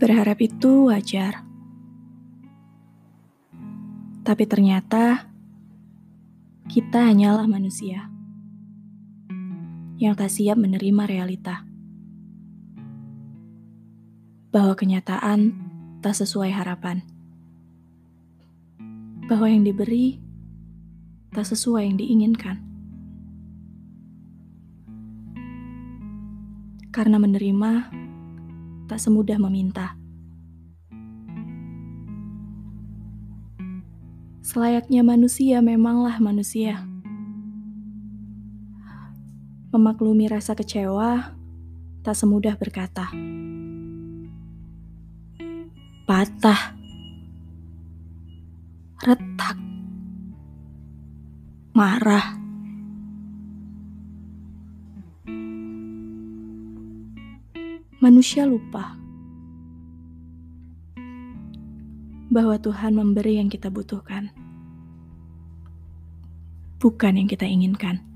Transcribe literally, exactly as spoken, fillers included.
Berharap itu wajar. Tapi ternyata kita hanyalah manusia yang tak siap menerima realita. Bahwa kenyataan tak sesuai harapan. Bahwa yang diberi tak sesuai yang diinginkan. Karena menerima tak semudah meminta. Selayaknya manusia memanglah manusia. Memaklumi rasa kecewa tak semudah berkata. Patah, retak, marah. Manusia lupa bahwa Tuhan memberi yang kita butuhkan, bukan yang kita inginkan.